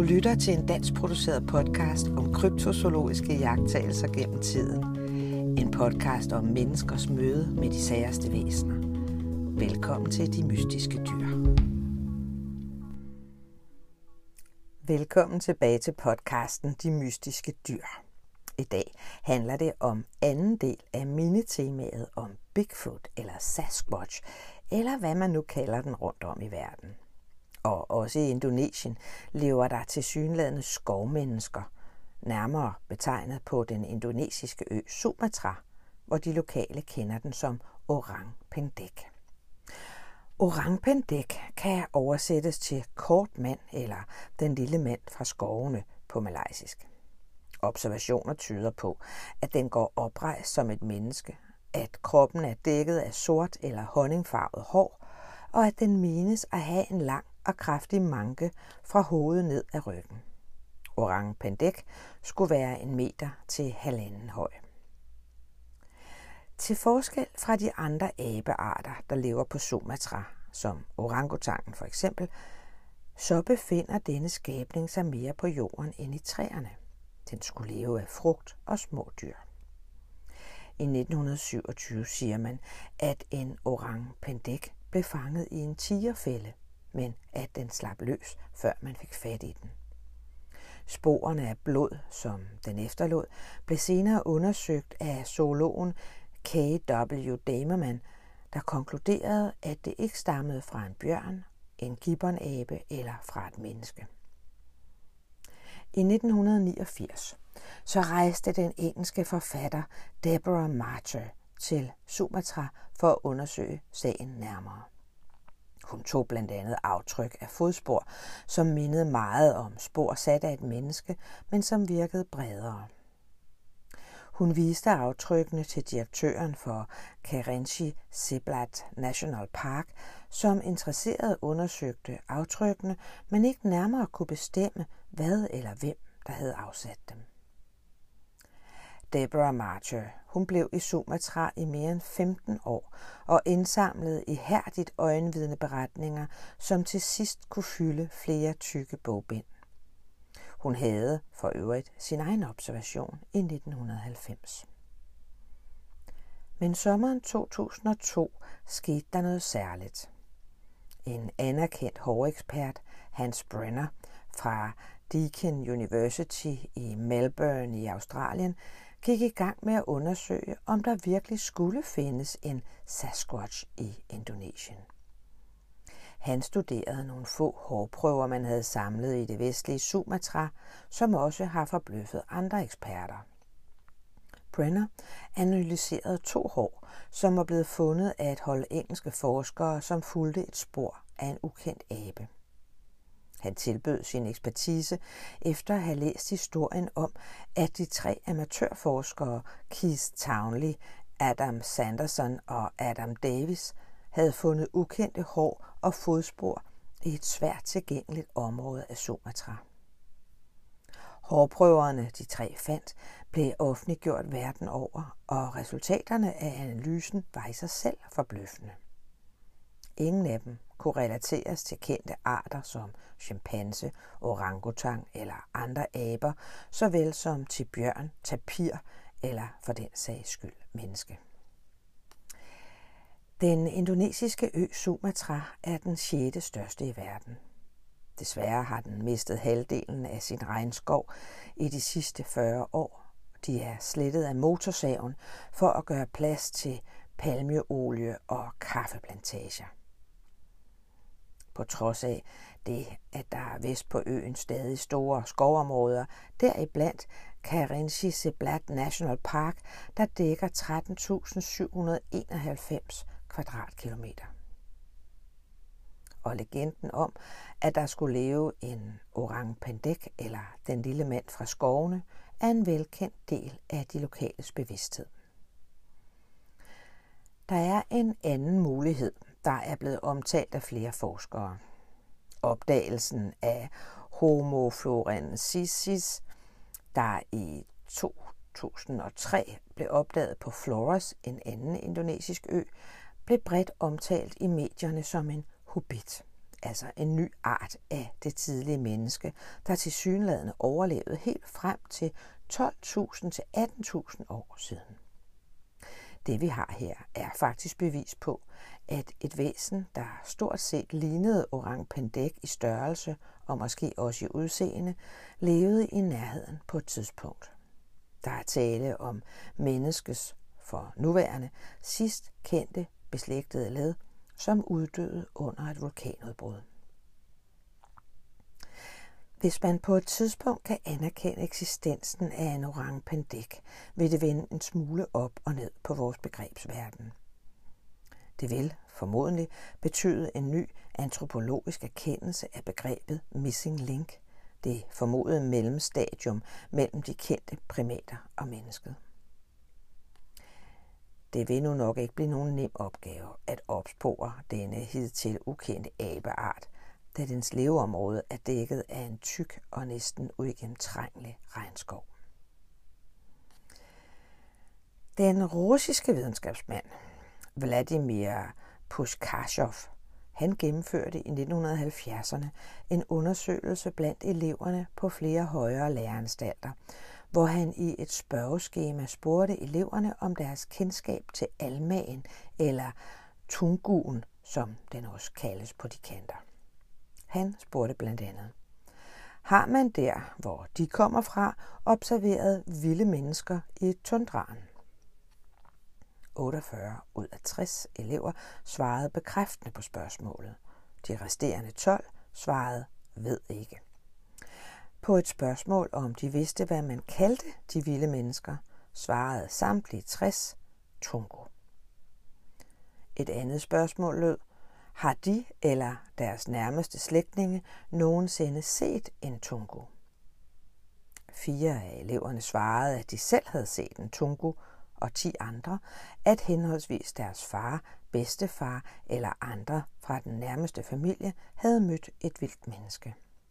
lytter til en dansk produceret podcast om kryptozoologiske iagttagelser gennem tiden. En podcast om menneskers møde med de særeste væsener. Velkommen til De Mystiske Dyr. Velkommen tilbage til podcasten De Mystiske Dyr. I dag handler det om anden del af minitemaet om Bigfoot eller Sasquatch, eller hvad man nu kalder den rundt om i verden. Og også i Indonesien lever der tilsyneladende skovmennesker, nærmere betegnet på den indonesiske ø Sumatra, hvor de lokale kender den som Orang Pendek. Orang Pendek kan oversættes til kort mand eller den lille mand fra skovene på malaysisk. Observationer tyder på, at den går oprejst som et menneske, at kroppen er dækket af sort eller honningfarvet hår, og at den menes at have en lang og kraftig manke fra hovedet ned ad ryggen. Orang Pendek skulle være 1 meter til 1,5 høj. Til forskel fra de andre abearter, der lever på Sumatra, som orangutangen for eksempel, så befinder denne skabning sig mere på jorden end i træerne. Den skulle leve af frugt og små dyr. I 1927 siger man, at en Orang Pendek blev fanget i en tigerfælde, men at den slap løs, før man fik fat i den. Sporene af blod, som den efterlod, blev senere undersøgt af zoologen K.W. Damerman, der konkluderede, at det ikke stammede fra en bjørn, en gibbonabe eller fra et menneske. I 1989 så rejste den engelske forfatter Deborah Marcher til Sumatra for at undersøge sagen nærmere. Hun tog blandt andet aftryk af fodspor, som mindede meget om spor sat af et menneske, men som virkede bredere. Hun viste aftrykkene til direktøren for Kerinci Seblat National Park, som interesseret undersøgte aftrykkene, men ikke nærmere kunne bestemme, hvad eller hvem, der havde afsat dem. Deborah Marcher, hun blev i Sumatra i mere end 15 år og indsamlede ihærdigt øjenvidneberetninger, som til sidst kunne fylde flere tykke bogbind. Hun havde for øvrigt sin egen observation i 1990. Men sommeren 2002 skete der noget særligt. En anerkendt hårekspert, Hans Brenner, fra Deakin University i Melbourne i Australien, gik i gang med at undersøge, om der virkelig skulle findes en Sasquatch i Indonesien. Han studerede nogle få hårprøver, man havde samlet i det vestlige Sumatra, som også har forbløffet andre eksperter. Brenner analyserede 2 hår, som var blevet fundet af et hold engelske forskere, som fulgte et spor af en ukendt abe. Han tilbød sin ekspertise efter at have læst historien om, at de 3 amatørforskere, Keith Townley, Adam Sanderson og Adam Davis, havde fundet ukendte hår og fodspor i et svært tilgængeligt område af Sumatra. Hårprøverne, de 3 fandt, blev offentliggjort verden over, og resultaterne af analysen var i sig selv forbløffende. Ingen af dem kunne relateres til kendte arter som chimpanse, orangutang eller andre aber, såvel som til bjørn, tapir eller for den sags skyld menneske. Den indonesiske ø Sumatra er den 6. største i verden. Desværre har den mistet halvdelen af sin regnskov i de sidste 40 år. De er slettet af motorsaven for at gøre plads til palmeolie og kaffeplantager. På trods af det, at der er vest på øen stadig store skovområder, deriblandt Kerinci Seblat National Park, der dækker 13.791 kvadratkilometer. Og legenden om, at der skulle leve en Orang Pendek eller den lille mand fra skovene, er en velkendt del af de lokales bevidsthed. Der er en anden mulighed, der er blevet omtalt af flere forskere. Opdagelsen af Homo florensis, der i 2003 blev opdaget på Flores, en anden indonesisk ø, blev bredt omtalt i medierne som en hobbit, altså en ny art af det tidlige menneske, der tilsyneladende overlevede helt frem til 12.000 til 18.000 år siden. Det vi har her er faktisk bevis på, at et væsen, der stort set lignede orang pendek i størrelse og måske også i udseende, levede i nærheden på et tidspunkt. Der er tale om menneskets for nuværende sidst kendte beslægtede led, som uddøde under et vulkanudbrud. Hvis man på et tidspunkt kan anerkende eksistensen af en orang pendek, vil det vende en smule op og ned på vores begrebsverden. Det vil formodentlig betyde en ny antropologisk erkendelse af begrebet missing link, det formodede mellemstadium mellem de kendte primater og mennesket. Det vil nu nok ikke blive nogen nem opgave at opspore denne hidtil ukendte abeart, da dens leveområde er dækket af en tyk og næsten uigennemtrængelig regnskov. Den russiske videnskabsmand Vladimir Pushkashov, han gennemførte i 1970'erne en undersøgelse blandt eleverne på flere højere læreanstalter, hvor han i et spørgeskema spurgte eleverne om deres kendskab til almaen eller tunguen, som den også kaldes på de kanter. Han spurgte blandt andet: har man der, hvor de kommer fra, observeret vilde mennesker i tundraen? 48 ud af 60 elever svarede bekræftende på spørgsmålet. De resterende 12 svarede ved ikke. På et spørgsmål om de vidste, hvad man kaldte de vilde mennesker, svarede samtlige 60 tungu. Et andet spørgsmål lød: har de eller deres nærmeste slægtninge nogensinde set en tungu? 4 af eleverne svarede, at de selv havde set en tungu, og 10 andre, at henholdsvis deres far, bedstefar eller andre fra den nærmeste familie havde mødt et vildt menneske.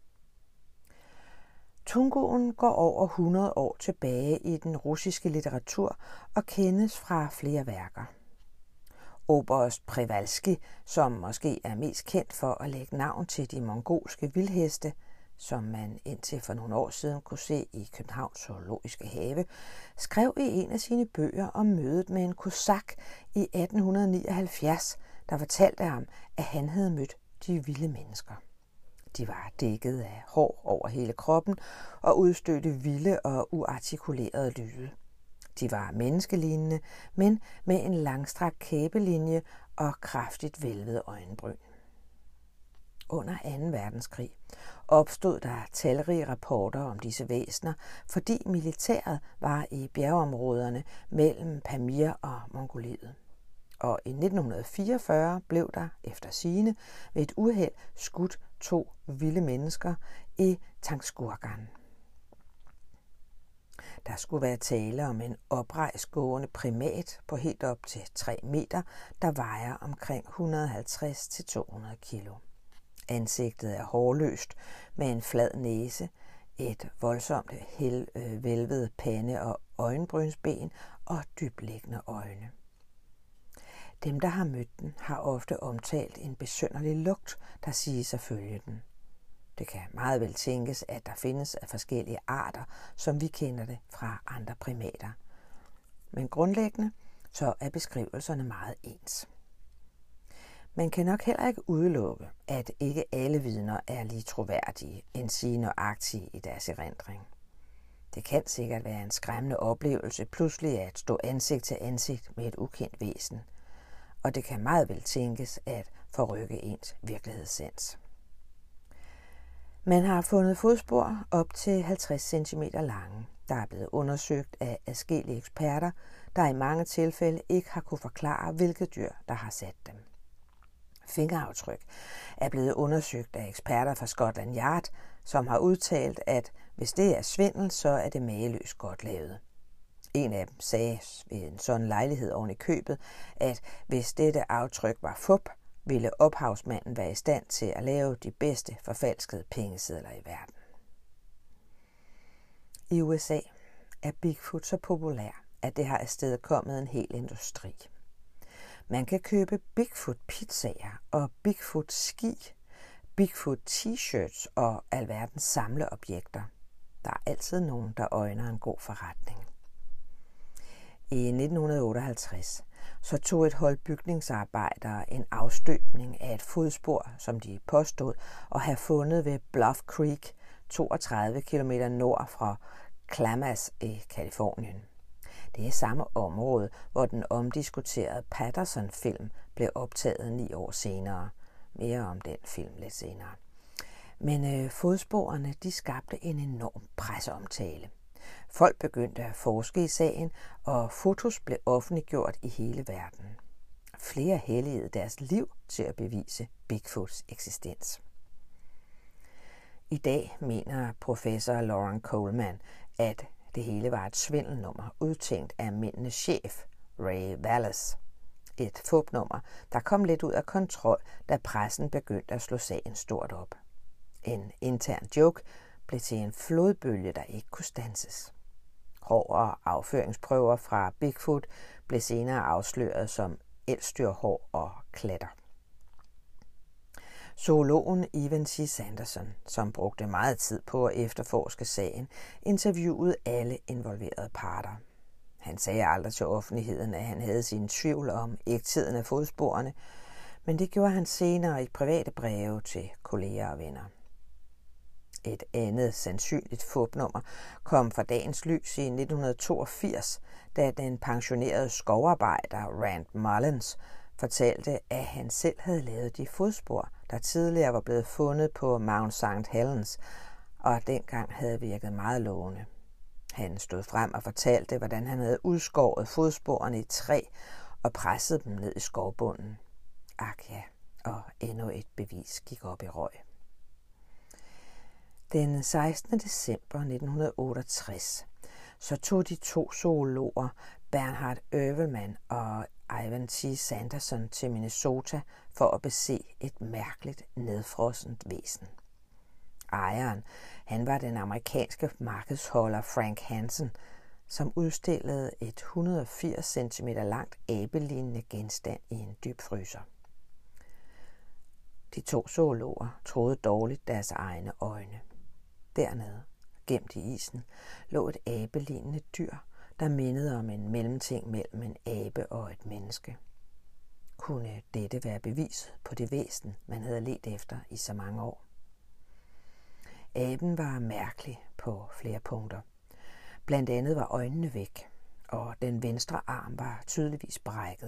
Tunguen går over 100 år tilbage i den russiske litteratur og kendes fra flere værker. Oberst Przewalski, som måske er mest kendt for at lægge navn til de mongolske vildheste, som man indtil for nogle år siden kunne se i Københavns Zoologiske Have, skrev i en af sine bøger om mødet med en kosak i 1879, der fortalte ham, at han havde mødt de vilde mennesker. De var dækket af hår over hele kroppen og udstødte vilde og uartikulerede lyde. De var menneskelignende, men med en langstrakt kæbelinje og kraftigt hvælvede øjenbryn. Under 2. verdenskrig opstod der talrige rapporter om disse væsener, fordi militæret var i bjergeområderne mellem Pamir og Mongoliet. Og i 1944 blev der efter sigende ved et uheld skudt 2 vilde mennesker i Tangskurgan. Der skulle være tale om en oprejst gående primat på helt op til 3 meter, der vejer omkring 150 til 200 kilo. Ansigtet er hårløst med en flad næse, et voldsomt hvælvet pande og øjenbrynsben og dybtliggende øjne. Dem, der har mødt den, har ofte omtalt en besynderlig lugt, der siges at følge den. Det kan meget vel tænkes, at der findes af forskellige arter, som vi kender det fra andre primater. Men grundlæggende så er beskrivelserne meget ens. Man kan nok heller ikke udelukke, at ikke alle vidner er lige troværdige, end sige nøjagtige i deres erindring. Det kan sikkert være en skræmmende oplevelse pludselig at stå ansigt til ansigt med et ukendt væsen, og det kan meget vel tænkes at forrykke ens virkelighedssans. Man har fundet fodspor op til 50 cm lange, der er blevet undersøgt af adskillige eksperter, der i mange tilfælde ikke har kunne forklare, hvilket dyr, der har sat dem. Fingeraftryk er blevet undersøgt af eksperter fra Scotland Yard, som har udtalt, at hvis det er svindel, så er det mageløst godt lavet. En af dem sagde ved en sådan lejlighed oven i købet, at hvis dette aftryk var fup, ville ophavsmanden være i stand til at lave de bedste forfalskede pengesedler i verden. I USA er Bigfoot så populær, at det har afstedkommet en hel industri. Man kan købe Bigfoot-pizzaer og Bigfoot-ski, Bigfoot t-shirts og alverdens samleobjekter. Der er altid nogen, der øjner en god forretning. I 1958 så tog et hold bygningsarbejdere en afstøbning af et fodspor, som de påstod at have fundet ved Bluff Creek, 32 km nord fra Klamath i Californien. Det er samme område, hvor den omdiskuterede Patterson-film blev optaget 9 år senere. Mere om den film lidt senere. Men fodsporene, de skabte en enorm presseomtale. Folk begyndte at forske i sagen, og fotos blev offentliggjort i hele verden. Flere helligede deres liv til at bevise Bigfoots eksistens. I dag mener professor Loren Coleman, at det hele var et svindelnummer udtænkt af mændenes chef, Ray Wallace. Et fupnummer, der kom lidt ud af kontrol, da pressen begyndte at slå sagen stort op. En intern joke blev til en flodbølge, der ikke kunne standses. Hår og afføringsprøver fra Bigfoot blev senere afsløret som elsdyrhår og klatter. Zoologen Ivan C. Sanderson, som brugte meget tid på at efterforske sagen, interviewede alle involverede parter. Han sagde aldrig til offentligheden, at han havde sine tvivl om ægtheden af fodsporene, men det gjorde han senere i private breve til kolleger og venner. Et andet sandsynligt fupnummer kom fra dagens lys i 1982, da den pensionerede skovarbejder Rand Mullins fortalte, at han selv havde lavet de fodspor, der tidligere var blevet fundet på Mount St. Helens, og dengang havde virket meget lovende. Han stod frem og fortalte, hvordan han havde udskåret fodsporene i træ og presset dem ned i skovbunden. Ak ja, og endnu et bevis gik op i røg. Den 16. december 1968 så tog de 2 zoologer, Bernhard Övelman og Ivan T. Sanderson, til Minnesota for at bese et mærkeligt nedfrossent væsen. Ejeren, han var den amerikanske markedsholder Frank Hansen, som udstillede et 180 cm langt abelignende genstand i en dybfryser. De 2 zoologer troede dårligt deres egne øjne. Dernede, gemt i isen, lå et abelignende dyr, der mindede om en mellemting mellem en abe og et menneske. Kunne dette være beviset på det væsen, man havde ledt efter i så mange år? Aben var mærkelig på flere punkter. Blandt andet var øjnene væk, og den venstre arm var tydeligvis brækket.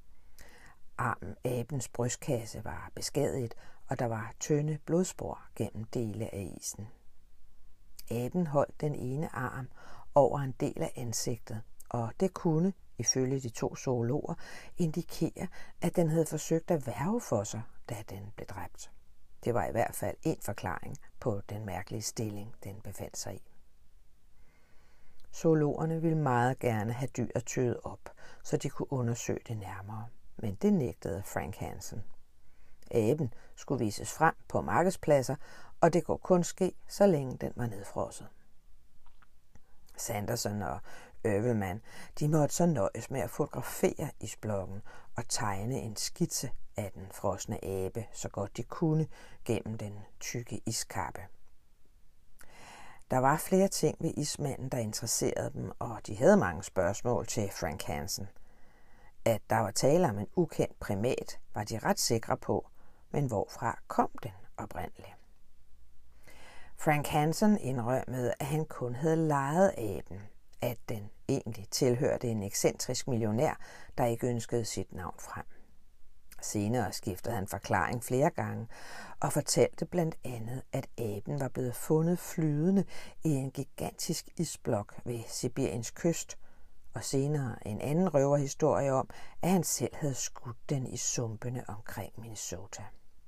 Abens brystkasse var beskadiget, og der var tynde blodspor gennem dele af isen. Aben holdt den ene arm over en del af ansigtet, og det kunne, ifølge de 2 zoologer, indikere, at den havde forsøgt at værge for sig, da den blev dræbt. Det var i hvert fald en forklaring på den mærkelige stilling, den befandt sig i. Zoologerne ville meget gerne have dyret tøet op, så de kunne undersøge det nærmere, men det nægtede Frank Hansen. Aben skulle vises frem på markedspladser, og det kunne kun ske, så længe den var nedfrosset. Sanderson og Övelman, de måtte så nøjes med at fotografere isblokken og tegne en skitse af den frosne abe, så godt de kunne, gennem den tykke iskappe. Der var flere ting ved ismanden, der interesserede dem, og de havde mange spørgsmål til Frank Hansen. At der var tale om en ukendt primat, var de ret sikre på, men hvorfra kom den oprindeligt? Frank Hansen indrømmede, at han kun havde lejet aben, at den egentlig tilhørte en ekscentrisk millionær, der ikke ønskede sit navn frem. Senere skiftede han forklaring flere gange og fortalte blandt andet, at aben var blevet fundet flydende i en gigantisk isblok ved Sibiriens kyst, og senere en anden røverhistorie om, at han selv havde skudt den i sumpene omkring Minnesota.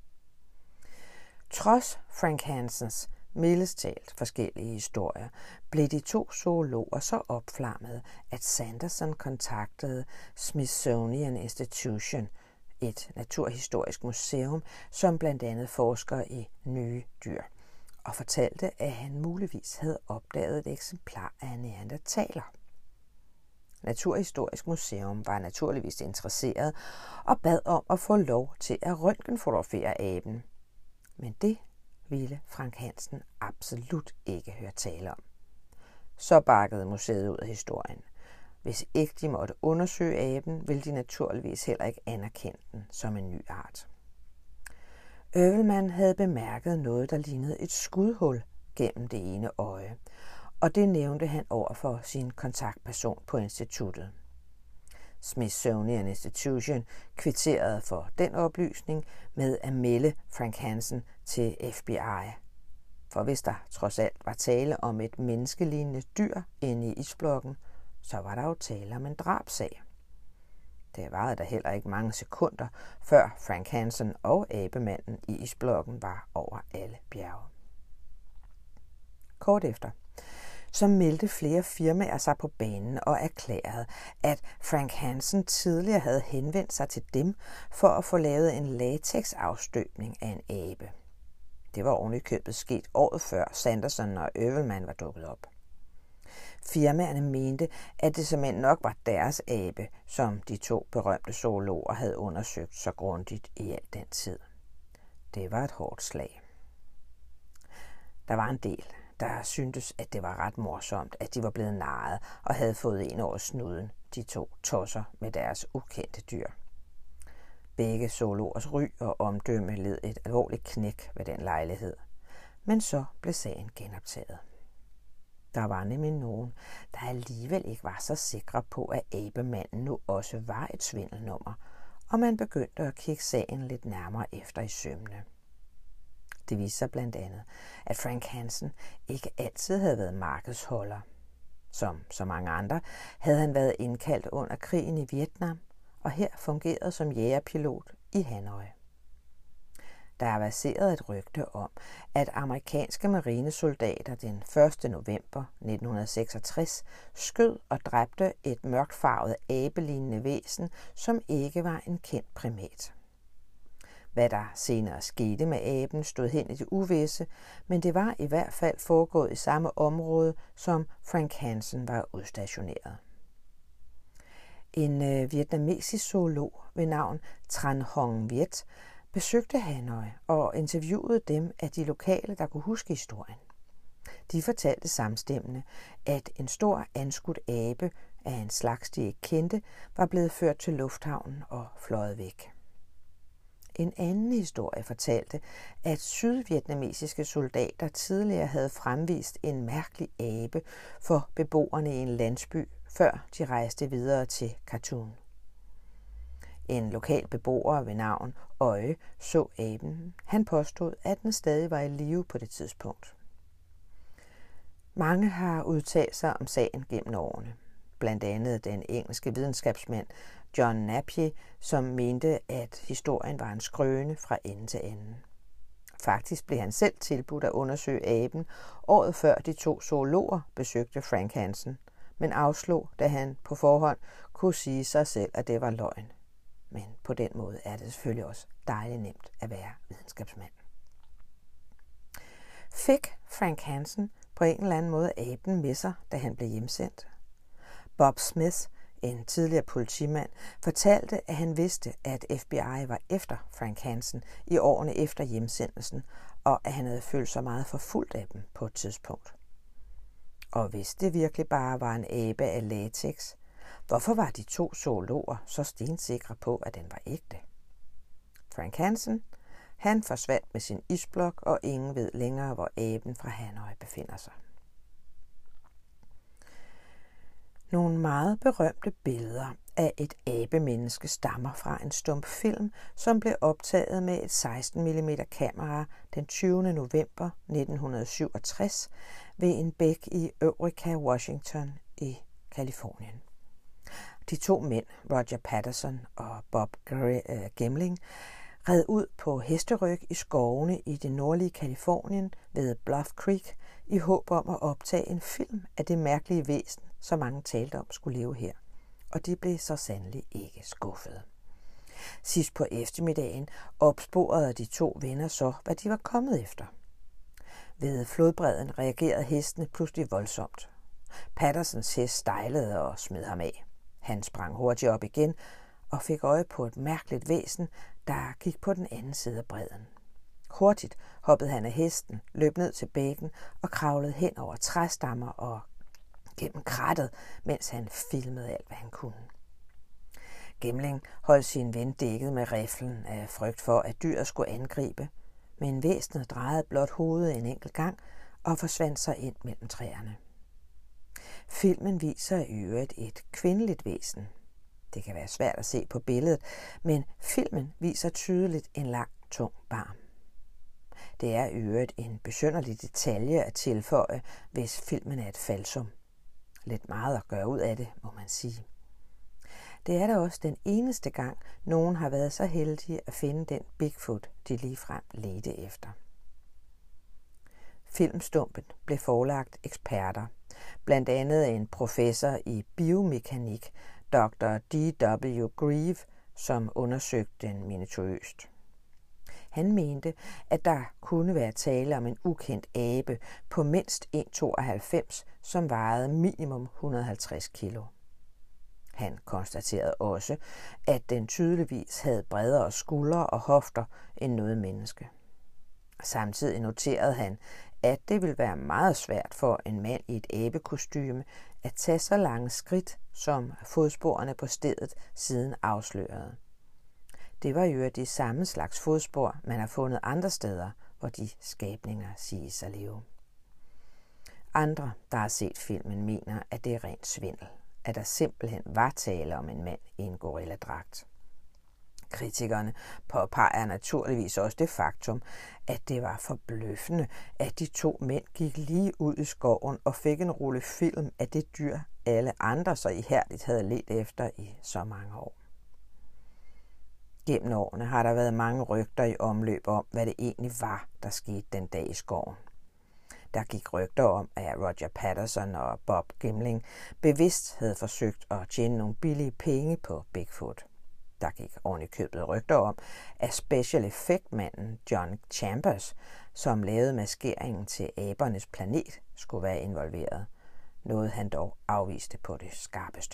Trods Frank Hansens mildest talt forskellige historier, blev de 2 zoologer så opflammede, at Sanderson kontaktede Smithsonian Institution, et naturhistorisk museum, som blandt andet forsker i nye dyr, og fortalte, at han muligvis havde opdaget et eksemplar af en neandertaler. Naturhistorisk Museum var naturligvis interesseret og bad om at få lov til at røntgenfotografere aben. Men det ville Frank Hansen absolut ikke høre tale om. Så bakkede museet ud af historien. Hvis ikke de måtte undersøge aben, ville de naturligvis heller ikke anerkende den som en ny art. Övelman havde bemærket noget, der lignede et skudhul gennem det ene øje, og det nævnte han over for sin kontaktperson på instituttet. Smithsonian Institution kvitterede for den oplysning med at melde Frank Hansen til FBI. For hvis der trods alt var tale om et menneskelignende dyr inde i isblokken, så var der jo tale om en drabsag. Det varede da heller ikke mange sekunder, før Frank Hansen og abemanden i isblokken var over alle bjerge. Kort efter, så meldte flere firmaer sig på banen og erklærede, at Frank Hansen tidligere havde henvendt sig til dem for at få lavet en latexafstøbning af en abe. Det var ovenikøbet sket året før Sanderson og Övelman var dukket op. Firmaerne mente, at det simpelthen nok var deres abe, som de to berømte zoologer havde undersøgt så grundigt i al den tid. Det var et hårdt slag. Der var en del, der syntes, at det var ret morsomt, at de var blevet narret og havde fået en over snuden, de to tosser med deres ukendte dyr. Begge zoologers ry og omdømme led et alvorligt knæk ved den lejlighed. Men så blev sagen genoptaget. Der var nemlig nogen, der alligevel ikke var så sikre på, at abemanden nu også var et svindelnummer, og man begyndte at kigge sagen lidt nærmere efter i sømmene. Det viste sig blandt andet, at Frank Hansen ikke altid havde været markedsholder. Som så mange andre havde han været indkaldt under krigen i Vietnam, og her fungerede som jægerpilot i Hanoi. Der er verseret et rygte om, at amerikanske marinesoldater den 1. november 1966 skød og dræbte et mørkfarvet abelignende væsen, som ikke var en kendt primat. Hvad der senere skete med aben stod hen i det uvisse, men det var i hvert fald foregået i samme område, som Frank Hansen var udstationeret. En vietnamesisk zoolog ved navn Tran Hong Viet besøgte Hanoi og interviewede dem af de lokale, der kunne huske historien. De fortalte samstemmende, at en stor anskudt abe af en slags, de ikke kendte, var blevet ført til lufthavnen og fløjet væk. En anden historie fortalte, at sydvietnamesiske soldater tidligere havde fremvist en mærkelig abe for beboerne i en landsby, før de rejste videre til Khartoum. En lokal beboer ved navn Øje så aben. Han påstod, at den stadig var i live på det tidspunkt. Mange har udtalt sig om sagen gennem årene. Blandt andet den engelske videnskabsmand John Napier, som mente, at historien var en skrøne fra ende til ende. Faktisk blev han selv tilbudt at undersøge aben året før de to zoologer besøgte Frank Hansen, men afslog, da han på forhånd kunne sige sig selv, at det var løgn. Men på den måde er det selvfølgelig også dejligt nemt at være videnskabsmand. Fik Frank Hansen på en eller anden måde aben med sig, da han blev hjemsendt? Bob Smith, en tidligere politimand, fortalte, at han vidste, at FBI var efter Frank Hansen i årene efter hjemsendelsen, og at han havde følt sig meget forfulgt af dem på et tidspunkt. Og hvis det virkelig bare var en abe af latex, hvorfor var de to zoologer så stensikre på, at den var ægte? Frank Hansen, han forsvandt med sin isblok, og ingen ved længere, hvor aben fra Hanoi befinder sig. Nogle meget berømte billeder af et abemenneske stammer fra en stumfilm, som blev optaget med et 16 mm kamera den 20. november 1967 ved en bæk i Eureka, Washington i Californien. De to mænd, Roger Patterson og Bob Gemling, red ud på hesteryg i skovene i det nordlige Californien ved Bluff Creek i håb om at optage en film af det mærkelige væsen, som mange talte om skulle leve her. Og de blev så sandelig ikke skuffede. Sidst på eftermiddagen opsporede de to venner så, hvad de var kommet efter. Ved flodbredden reagerede hestene pludselig voldsomt. Pattersons hest stejlede og smed ham af. Han sprang hurtigt op igen og fik øje på et mærkeligt væsen, der gik på den anden side af bredden. Hurtigt hoppede han af hesten, løb ned til bækken og kravlede hen over træstammer og gennem krattet, mens han filmede alt, hvad han kunne. Gimling holdt sin ven dækket med riflen af frygt for, at dyret skulle angribe, men væsenet drejede blot hovedet en enkelt gang og forsvandt sig ind mellem træerne. Filmen viser i øvrigt et kvindeligt væsen. Det kan være svært at se på billedet, men filmen viser tydeligt en lang, tung barm. Det er i øvrigt en besynderlig detalje at tilføje, hvis filmen er et falsum. Lidt meget at gøre ud af det, må man sige. Det er da også den eneste gang, nogen har været så heldige at finde den Bigfoot, de ligefrem ledte efter. Filmstumpen blev forelagt eksperter, blandt andet en professor i biomekanik, Dr. D.W. Grieve, som undersøgte den minutiøst. Han mente, at der kunne være tale om en ukendt abe på mindst 1,92, som vejede minimum 150 kilo. Han konstaterede også, at den tydeligvis havde bredere skuldre og hofter end noget menneske. Samtidig noterede han, at det ville være meget svært for en mand i et abekostyme at tage så lange skridt, som fodsporene på stedet siden afslørede. Det var jo de samme slags fodspor, man har fundet andre steder, hvor de skabninger siges at leve. Andre, der har set filmen, mener, at det er rent svindel, at der simpelthen var tale om en mand i en gorilladragt. Kritikerne påpeger naturligvis også det faktum, at det var forbløffende, at de to mænd gik lige ud i skoven og fik en rulle film af det dyr, alle andre så ihærdigt havde ledt efter i så mange år. Gennem årene har der været mange rygter i omløb om, hvad det egentlig var, der skete den dag i skoven. Der gik rygter om, at Roger Patterson og Bob Gimling bevidst havde forsøgt at tjene nogle billige penge på Bigfoot. Der gik oven i købet rygter om, at special effect-manden John Chambers, som lavede maskeringen til abernes planet, skulle være involveret. Noget han dog afviste på det skarpeste.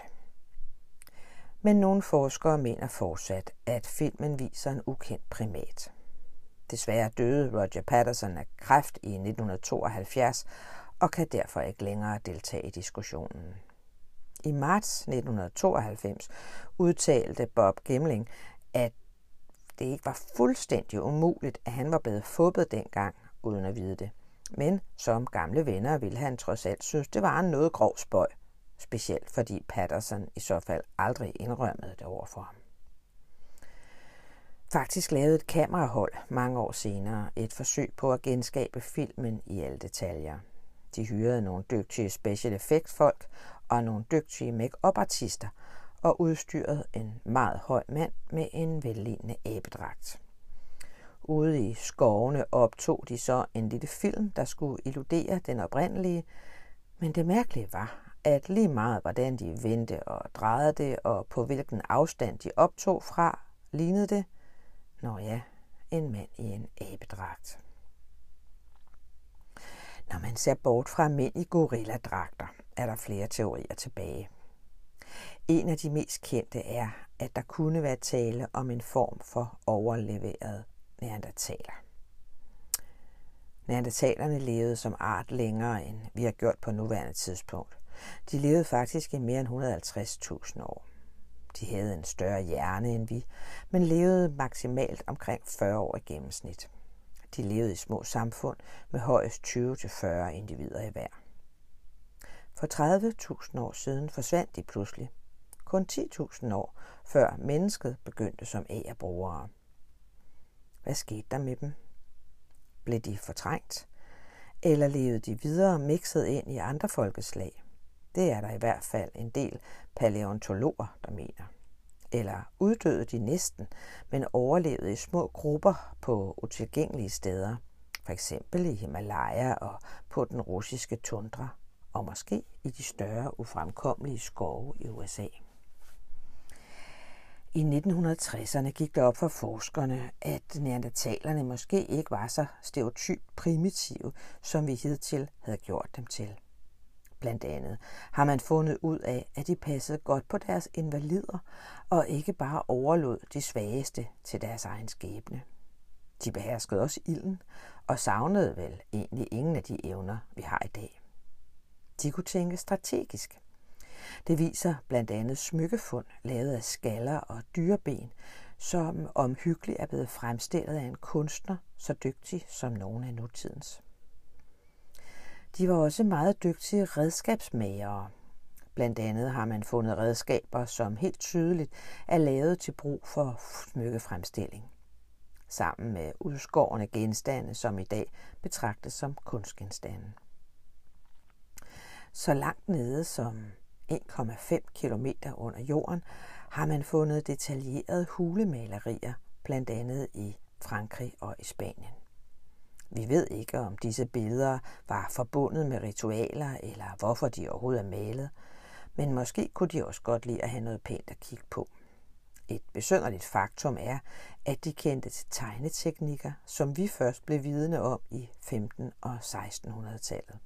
Men nogle forskere mener fortsat, at filmen viser en ukendt primat. Desværre døde Roger Patterson af kræft i 1972 og kan derfor ikke længere deltage i diskussionen. I marts 1992 udtalte Bob Gimling, at det ikke var fuldstændig umuligt, at han var blevet fuppet dengang, uden at vide det. Men som gamle venner ville han trods alt synes, det var en noget grov spøg, specielt fordi Patterson i så fald aldrig indrømmede det over for ham. Faktisk lavede et kamerahold mange år senere et forsøg på at genskabe filmen i alle detaljer. De hyrede nogle dygtige special effects folk og nogle dygtige make-up-artister og udstyrede en meget høj mand med en vellignende abedragt. Ude i skovene optog de så en lille film, der skulle illudere den oprindelige, men det mærkelige var, at lige meget hvordan de vendte og drejede det, og på hvilken afstand de optog fra, lignede det, en mand i en abedragt. Når man ser bort fra mænd i gorilladragter, er der flere teorier tilbage. En af de mest kendte er, at der kunne være tale om en form for overleveret neandertaler. Neandertalerne levede som art længere, end vi har gjort på nuværende tidspunkt. De levede faktisk i mere end 150.000 år. De havde en større hjerne end vi, men levede maksimalt omkring 40 år i gennemsnit. De levede i små samfund med højst 20-40 individer i hver. For 30.000 år siden forsvandt de pludselig. Kun 10.000 år før mennesket begyndte som agerbrugere. Hvad skete der med dem? Blev de fortrængt? Eller levede de videre mixet ind i andre folkeslag? Det er der i hvert fald en del palæontologer, der mener. Eller uddøde de næsten, men overlevede i små grupper på utilgængelige steder, f.eks. i Himalaya og på den russiske tundra, og måske i de større ufremkommelige skove i USA. I 1960'erne gik det op for forskerne, at neandertalerne måske ikke var så stereotypt primitive, som vi hidtil havde gjort dem til. Blandt andet har man fundet ud af, at de passede godt på deres invalider og ikke bare overlod de svageste til deres egen skæbne. De beherskede også ilden og savnede vel egentlig ingen af de evner, vi har i dag. De kunne tænke strategisk. Det viser blandt andet smykkefund lavet af skaller og dyreben, som omhyggeligt er blevet fremstillet af en kunstner så dygtig som nogen af nutidens. De var også meget dygtige redskabsmagere. Blandt andet har man fundet redskaber, som helt tydeligt er lavet til brug for smykkefremstilling, sammen med udskårne genstande, som i dag betragtes som kunstgenstande. Så langt nede som 1,5 kilometer under jorden har man fundet detaljerede hulemalerier, blandt andet i Frankrig og i Spanien. Vi ved ikke, om disse billeder var forbundet med ritualer, eller hvorfor de overhovedet er malet, men måske kunne de også godt lide at have noget pænt at kigge på. Et besynderligt faktum er, at de kendte til tegneteknikker, som vi først blev vidne om i 1500- og 1600-tallet.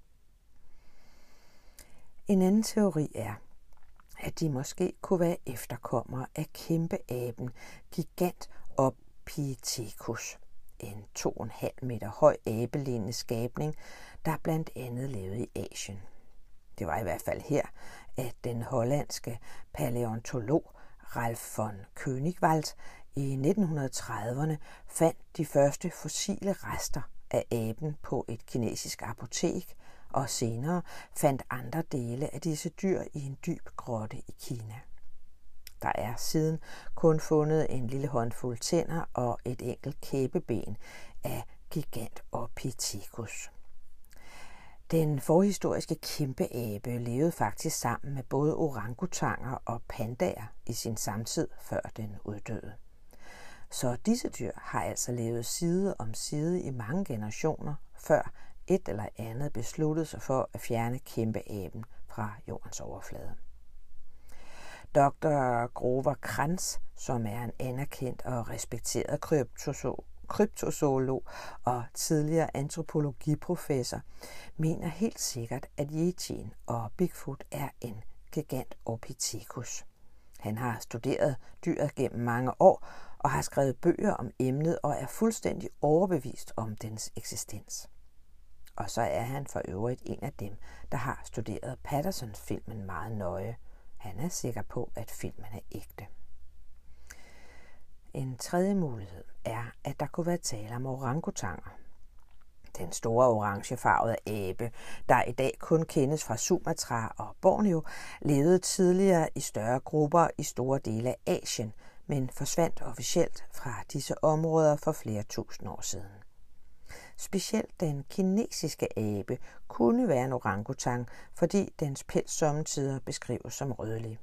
En anden teori er, at de måske kunne være efterkommere af kæmpeaben Gigantopithecus, en 2,5 meter høj abelignende skabning, der blandt andet levede i Asien. Det var i hvert fald her, at den hollandske palæontolog Ralph von Koenigswald i 1930'erne fandt de første fossile rester af aben på et kinesisk apotek, og senere fandt andre dele af disse dyr i en dyb grotte i Kina. Der er siden kun fundet en lille håndfuld tænder og et enkelt kæbeben af Gigantopithecus. Den forhistoriske kæmpeabe levede faktisk sammen med både orangutanger og pandaer i sin samtid, før den uddøde. Så disse dyr har altså levet side om side i mange generationer, før et eller andet besluttede sig for at fjerne kæmpeaben fra jordens overflade. Dr. Grover Krantz, som er en anerkendt og respekteret kryptozoolog og tidligere antropologiprofessor, mener helt sikkert, at Yetien og Bigfoot er en Gigantopithecus. Han har studeret dyret gennem mange år og har skrevet bøger om emnet og er fuldstændig overbevist om dens eksistens. Og så er han for øvrigt en af dem, der har studeret Patterson-filmen meget nøje. Han er sikker på, at filmen er ægte. En tredje mulighed er, at der kunne være tale om orangutanger. Den store orangefarvede abe, der i dag kun kendes fra Sumatra og Borneo, levede tidligere i større grupper i store dele af Asien, men forsvandt officielt fra disse områder for flere tusind år siden. Specielt den kinesiske abe kunne være en orangutang, fordi dens pels sommetider beskrives som rødlig.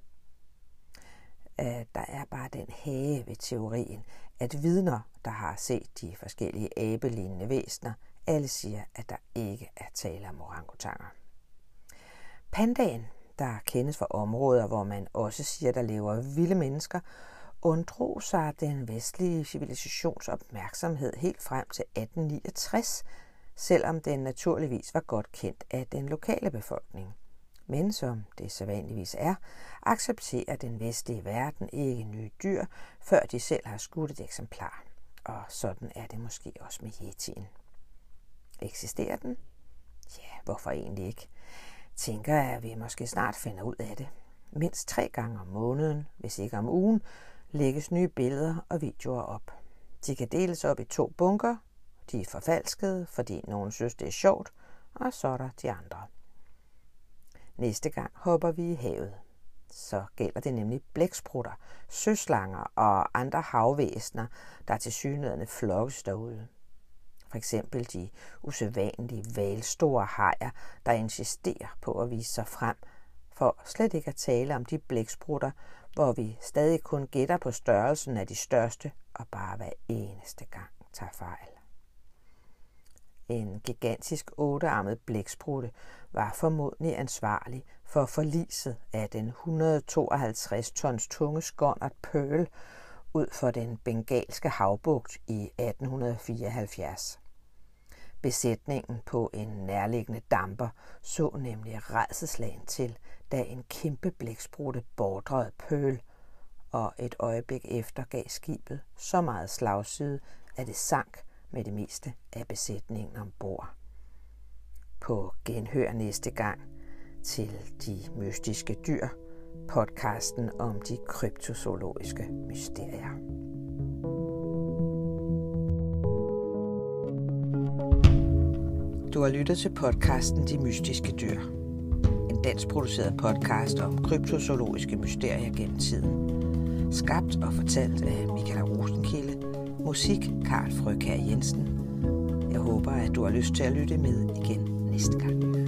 Der er bare den hage ved teorien, at vidner, der har set de forskellige abelignende væsener, alle siger, at der ikke er tale om orangutanger. Pandaen, der kendes fra områder, hvor man også siger, der lever vilde mennesker, undrog sig den vestlige civilisations opmærksomhed helt frem til 1869, selvom den naturligvis var godt kendt af den lokale befolkning. Men som det sædvanligvis er, accepterer den vestlige verden ikke nye dyr, før de selv har skudt et eksemplar. Og sådan er det måske også med yetien. Eksisterer den? Ja, hvorfor egentlig ikke? Tænker jeg, at vi måske snart finder ud af det. Mindst 3 gange om måneden, hvis ikke om ugen, lægges nye billeder og videoer op. De kan deles op i 2 bunker. De er forfalskede, fordi nogen synes, det er sjovt, og så er der de andre. Næste gang hopper vi i havet. Så gælder det nemlig blæksprutter, søslanger og andre havvæsener, der tilsyneladende flokkes derude. For eksempel de usædvanlige hvalstore hajer, der insisterer på at vise sig frem, for slet ikke at tale om de blæksprutter, hvor vi stadig kun gætter på størrelsen af de største og bare hver eneste gang tager fejl. En gigantisk 8-armet blæksprutte var formodentlig ansvarlig for forliset af den 152 tons tunge skonnert Pearl ud for den bengalske havbugt i 1874. Besætningen på en nærliggende damper så nemlig rædselsslagen til, da en kæmpe blæksprutte bordrede Pearl, og et øjeblik efter gav skibet så meget slagside, at det sank med det meste af besætningen ombord. På genhør næste gang til De mystiske dyr, podcasten om de kryptozoologiske mysterier. Du har lyttet til podcasten De mystiske dyr. En dansk produceret podcast om kryptozoologiske mysterier gennem tiden. Skabt og fortalt af Michael Rosenkilde. Musik Karl Frøkjær Jensen. Jeg håber, at du har lyst til at lytte med igen næste gang.